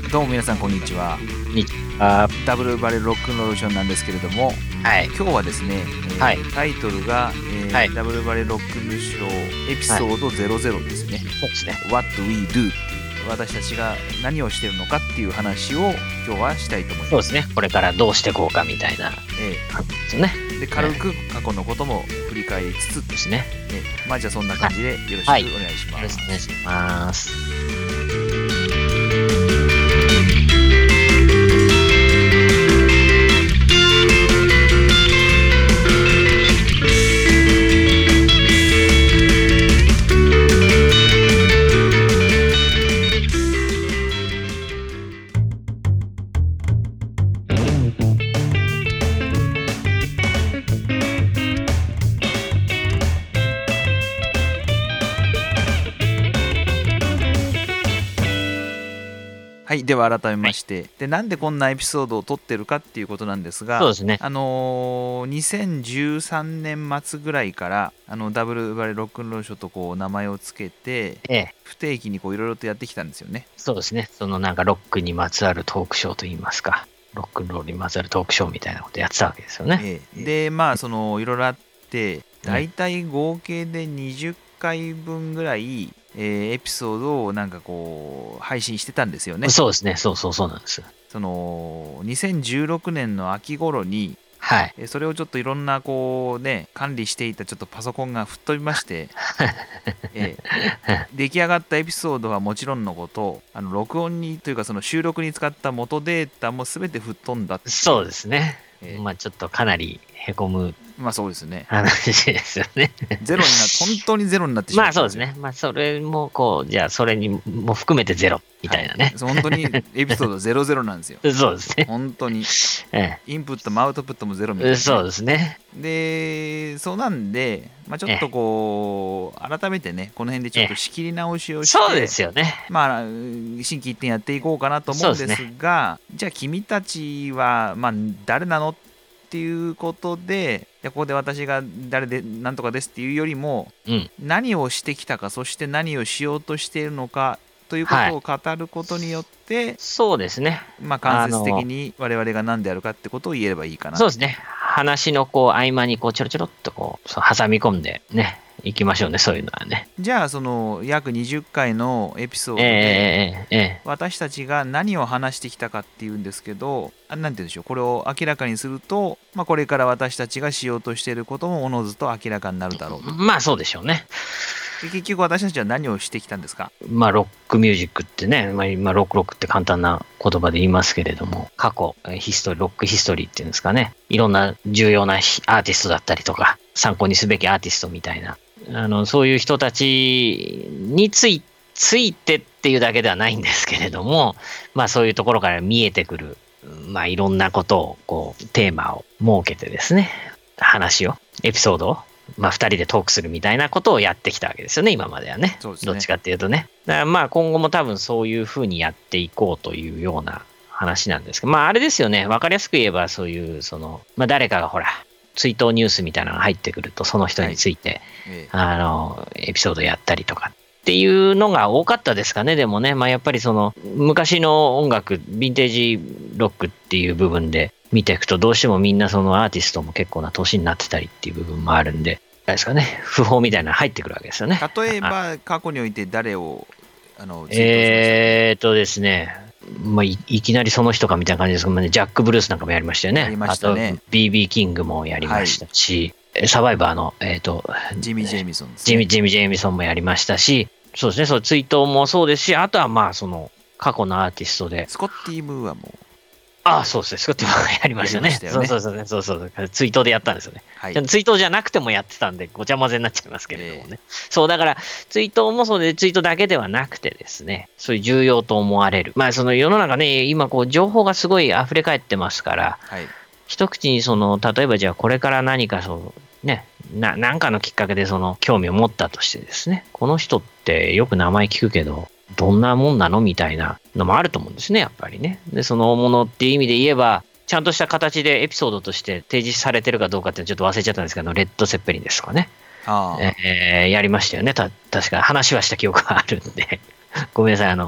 どうも皆さんこんにちは。ダブルバレルロックンロールションなんですけれども、 はい、 今日はですね、タイトルが、ダブルバレルロックンロールションエピソード00ですね。 そうですね。 What we do、 私たちが何をしてるのかっていう話を今日はしたいと思います。 そうですね。これからどうしていこうかみたいな感じですよね。 で軽く過去のことも振り返りつつですね。 まあじゃあそんな感じでよろしくお願いします。 よろしくお願いします。 はい、では改めまして、でなんでこんなエピソードを撮ってるかっていうことなんですが、 そうですね。 2013年末ぐらいからダブルバレロックンロールションとこう名前をつけて、不定期にこういろいろとやってきたんですよね。 そうですね。そのなんかロックにまつわるトークショーといいますか、ロックンロールにまつわるトークショーみたいなことやってたわけですよね。 でまあそのいろいろあってだいたい合計で20回分ぐらい、エピソードをなんかこう配信してたんですよね。 そうですね。そうなんです。 その2016年の秋頃に、 はい、 それをちょっといろんなこうね管理していたちょっとパソコンが吹っ飛びまして出来上がったエピソードはもちろんのこと録音にというかその収録に使った元データも全て吹っ飛んだって。 そうですね。まあちょっとかなりへこむまあそうですね。 話ですよね。 ゼロに本当にゼロになってしまう。 まあそうですね。まあそれもこうじゃあそれにも含めてゼロみたいなね。 本当にエピソード00なんですよ。 そうですね。 本当に。インプットもアウトプットもゼロみたいな、 そうですね。 でそうなんで、まあ、ちょっとこう改めてねこの辺でちょっと仕切り直しをして、 そうですよね。まあ心機一転やっていこうかなと思うんですが、じゃあ君たちはまあ誰なのっていうことで、ここで私が誰で何とかですっていうよりも、何をしてきたか、そして何をしようとしているのかということを語ることによって、 そうですね。 まあ間接的に我々が何であるかってことを言えればいいかな。 そうですね。話のこう合間にこうちょろちょろっとこう挟み込んでね行きましょうね。そういうのはね。 じゃあその約20回のエピソードで、私たちが何を話してきたかっていうんですけど、なんて言うんでしょう、これを明らかにすると、まあ、これから私たちがしようとしていることもおのずと明らかになるだろうと。 まあそうでしょうね。 で結局私たちは何をしてきたんですか。 まあロックミュージックってね、まあ、今ロックって簡単な言葉で言いますけれども、過去ロックヒストリーっていうんですかね、いろんな重要なアーティストだったりとか参考にすべきアーティストみたいなそういう人たちについてっていうだけではないんですけれども、まあそういうところから見えてくる、まあいろんなことをこうテーマを設けてですね、話をエピソードをまあ2人でトークするみたいなことをやってきたわけですよね、今まではね。どっちかっていうとね。だからまあ今後も多分そういうふうにやっていこうというような話なんですけど、まああれですよね、わかりやすく言えばそういうまあ誰かがほら追悼ニュースみたいなのが入ってくるとその人について、エピソードやったりとかっていうのが多かったですかね。でもね、まあやっぱり昔の音楽ヴィンテージロックっていう部分で見ていくとどうしてもみんなアーティストも結構な年になってたりっていう部分もあるんで、あれですかね、訃報みたいなの入ってくるわけですよね。 例えば過去において誰を追悼しましたですね、まあ、いきなりその人かみたいな感じですけどね、ジャック・ブルースなんかもやりましたよね。 あと BB キングもやりましたし、サバイバーの、 ジミー・ジェイミソンですね。ジミー・ソンもやりましたし、そうですね、追悼もそうですし、あとはまあ過去のアーティストでスコッティ・ムーアも。 そうですね、スコッティ・ムーアやりましたね。そう追悼でやったんですよね。追悼じゃなくてもやってたんでごちゃ混ぜになっちゃいますけれどもね。そうだから追悼もそうで、追悼だけではなくてですね、そういう重要と思われる、まあ世の中ね、今こう情報がすごい溢れ返ってますから、一口に例えばじゃあこれから何か何かのきっかけで興味を持ったとしてですね、この人ってよく名前聞くけどどんなもんなのみたいなのもあると思うんですね、やっぱりね。でそのものっていう意味で言えばちゃんとした形でエピソードとして提示されてるかどうかってちょっと忘れちゃったんですけど、レッド・セッペリンですとかね、やりましたよね。確か話はした記憶があるんでごめんなさい、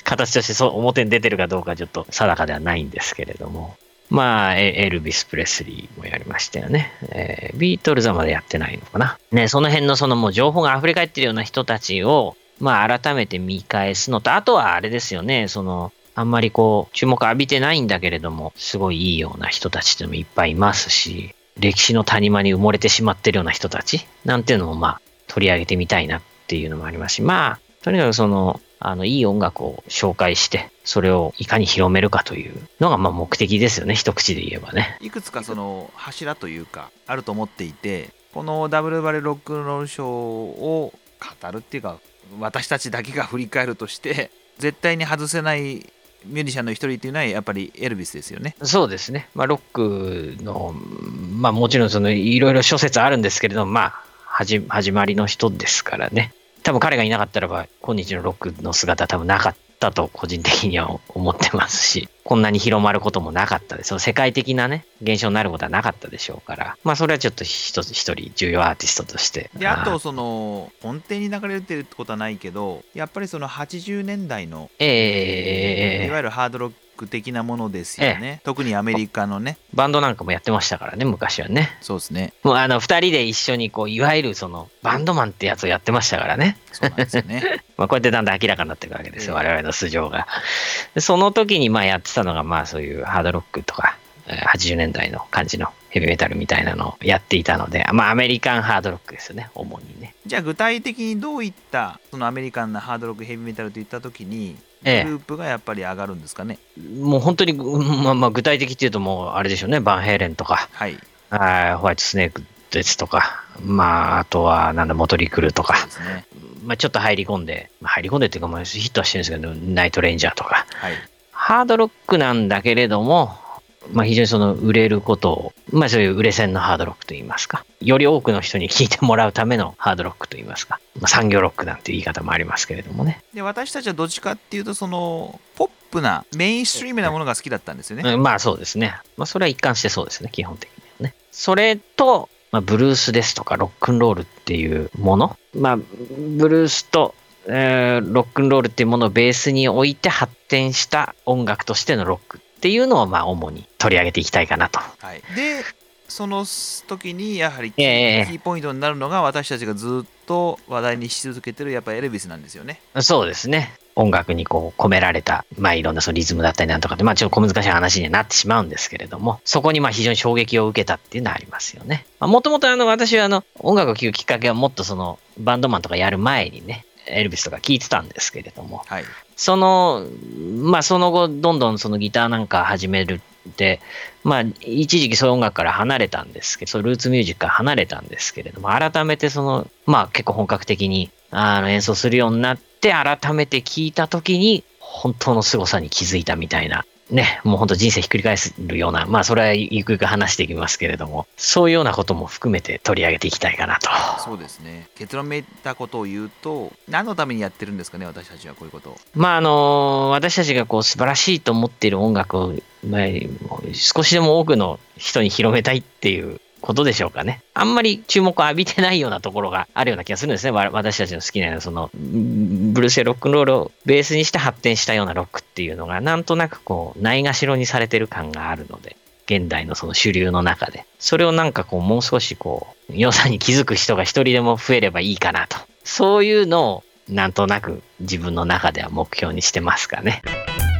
形としてそう表に出てるかどうかちょっと定かではないんですけれども、まあエルビス・プレスリーもやりましたよね。ビートルズはまだやってないのかな。ね、その辺のそのもう情報が溢れ返ってるような人たちをまあ改めて見返すのと、あとはあれですよね、そのあんまりこう注目浴びてないんだけれどもすごいいいような人たちっていうのもいっぱいいますし、歴史の谷間に埋もれてしまってるような人たちなんていうのもまあ取り上げてみたいなっていうのもありますし、まあとにかくそのいい音楽を紹介してそれをいかに広めるかというのがまあ目的ですよね、一口で言えばね。 いくつかその柱というかあると思っていて、このダブルバレルロックンロールショーを語るっていうか、私たちだけが振り返るとして絶対に外せないミュージシャンの一人っていうのはやっぱりエルビスですよね。 そうですね。まあロックのまあもちろんそのいろいろ諸説あるんですけれども、まあ始まりの人ですからね。多分彼がいなかったらば今日のロックの姿は多分なかったと個人的には思ってますし、こんなに広まることもなかったです。その世界的なね現象になることはなかったでしょうから、まあそれはちょっと一人重要アーティストとしてで、あとその根底に流れてるってことはないけど、やっぱりその80年代の、いわゆるハードロック的なものですよね、特にアメリカのねバンドなんかもやってましたからね、昔はね。 そうですね。 もう2人で一緒にこういわゆるそのバンドマンってやつをやってましたからね。 そうなんですよねまあこうやってだんだん明らかになっていくわけですよ、我々の素性が。その時にまあやってたのがまあそういうハードロックとか80年代の感じのヘビーメタルみたいなのをやっていたので、まあアメリカンハードロックですよね、主にね。 じゃあ具体的にどういったそのアメリカンなハードロックヘビーメタルといった時にグループがやっぱり上がるんですかね。 もう本当に、まあ具体的っていうともうあれでしょうね、バンヘイレンとか、 はい、 ホワイトスネークですとか、まああとはなんだモトリクルとか、 そうですね、 まあちょっと入り込んでっていうかまあヒットはしてるんですけど、ナイトレンジャーとか、 はい、 ハードロックなんだけれども、まあ非常にその売れることを、まあそういう売れ線のハードロックといいますか、より多くの人に聴いてもらうためのハードロックといいますか、まあ、産業ロックなんていう言い方もありますけれどもね。 で、私たちはどっちかっていうとそのポップなメインストリームなものが好きだったんですよね。 まあそうですね。まあそれは一貫してそうですね、基本的にはね。それと、まあ、ブルースですとかロックンロールっていうもの、まあブルースとロックンロールっていうものをベースに置いて発展した音楽としてのロックっていうのをまあ主に取り上げていきたいかなと。 はい、でその時にやはりキーポイントになるのが私たちがずっと話題にし続けてるやっぱエルビスなんですよね。 そうですね。音楽にこう込められた、まあいろんなそのリズムだったりなんとかで、まあちょっと小難しい話にはなってしまうんですけれども、そこにまあ非常に衝撃を受けたっていうのはありますよね。もともと私は音楽を聴くきっかけはもっとそのバンドマンとかやる前にね、エルビスとか聴いてたんですけれども、 はい、 まあその後どんどんそのギターなんか始めるで、まあ一時期そういう音楽から離れたんですけど、そうルーツミュージックから離れたんですけれども、改めてそのまあ結構本格的に演奏するようになって改めて聴いた時に本当の凄さに気づいたみたいなね、もう本当人生ひっくり返すような、まあそれはゆくゆく話していきますけれども、そういうようなことも含めて取り上げていきたいかなと。 そうですね。結論めいたことを言うと、何のためにやってるんですかね、私たちはこういうことを。 まあ私たちがこう素晴らしいと思っている音楽を、まあ、少しでも多くの人に広めたいっていうことでしょうかね。あんまり注目を浴びてないようなところがあるような気がするんですね。私たちの好きなそのブルースやロックンロールをベースにして発展したようなロックっていうのがなんとなくこうないがしろにされてる感があるので、現代のその主流の中でそれをなんかこうもう少しこう良さに気づく人が一人でも増えればいいかなと、そういうのをなんとなく自分の中では目標にしてますかね。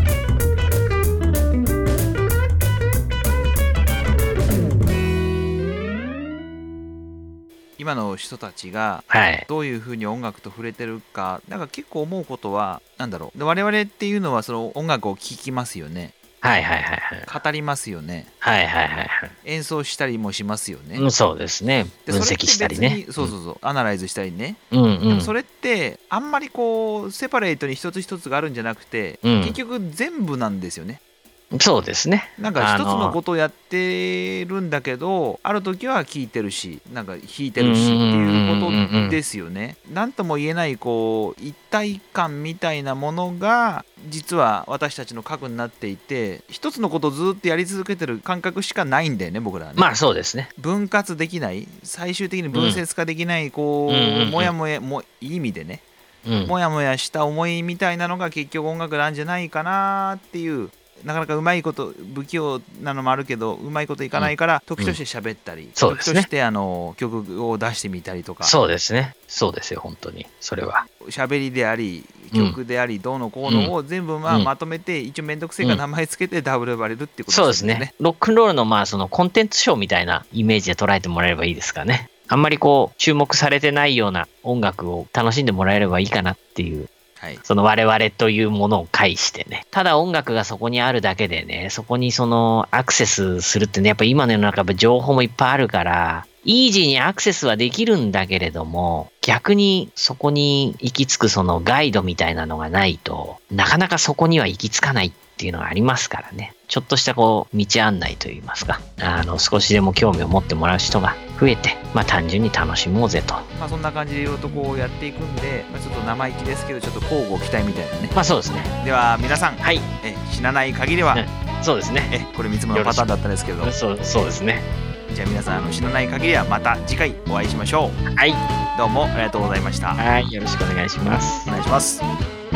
今の人たちがどういうふうに音楽と触れてるか、なんか結構思うことはなんだろう、我々っていうのはその音楽を聴きますよね。 はいはいはいはい。 語りますよね。 はいはいはいはい。 演奏したりもしますよね。 うん、そうですね。分析したりね。 そうそうそう、アナライズしたりね。 うんうん。 それってあんまりこうセパレートに一つ一つがあるんじゃなくて、結局全部なんですよね。 そうですね。 なんか一つのことをやってるんだけど、ある時は聴いてるし、なんか弾いてるしっていうことですよね。なんとも言えないこう一体感みたいなものが実は私たちの核になっていて、一つのことをずっとやり続けてる感覚しかないんだよね、僕らはね。 まあそうですね。 分割できない、最終的に分節化できないこうモヤモヤもいい意味でね。 もやもやした思いみたいなのが結局音楽なんじゃないかなっていう。なかなかうまいこと不器用なのもあるけどうまいこといかないから時として喋ったり、時として曲を出してみたりとか。 そうですね。そうですよ本当にそれは。 喋りであり曲でありどうのこうのを全部まとめて一応めんどくせえから名前つけて WRL ってことですね。そうですね。 ロックンロールのそのコンテンツショーみたいなイメージで捉えてもらえればいいですかね。あんまり注目されてないような音楽を楽しんでもらえればいいかなっていう。その我々というものを介してね。ただ音楽がそこにあるだけでね、そこにアクセスするってね、やっぱ今の世の中情報もいっぱいあるから、イージーにアクセスはできるんだけれども、逆にそこに行き着くそのガイドみたいなのがないと、なかなかそこには行き着かないっていうのがありますからね。ちょっとした道案内といいますか、少しでも興味を持ってもらう人が増えて、単純に楽しもうぜと。 そんな感じでいろいろとやっていくんで、ちょっと生意気ですけど、ちょっと交互期待みたいなね。 そうですね。 では皆さん、死なない限りは、 そうですね。 これ3つ目のパターンだったんですけど、 そうですね。 じゃあ皆さん死なない限りはまた次回お会いしましょう。 はい。 どうもありがとうございました。 はい、よろしくお願いします。 お願いします。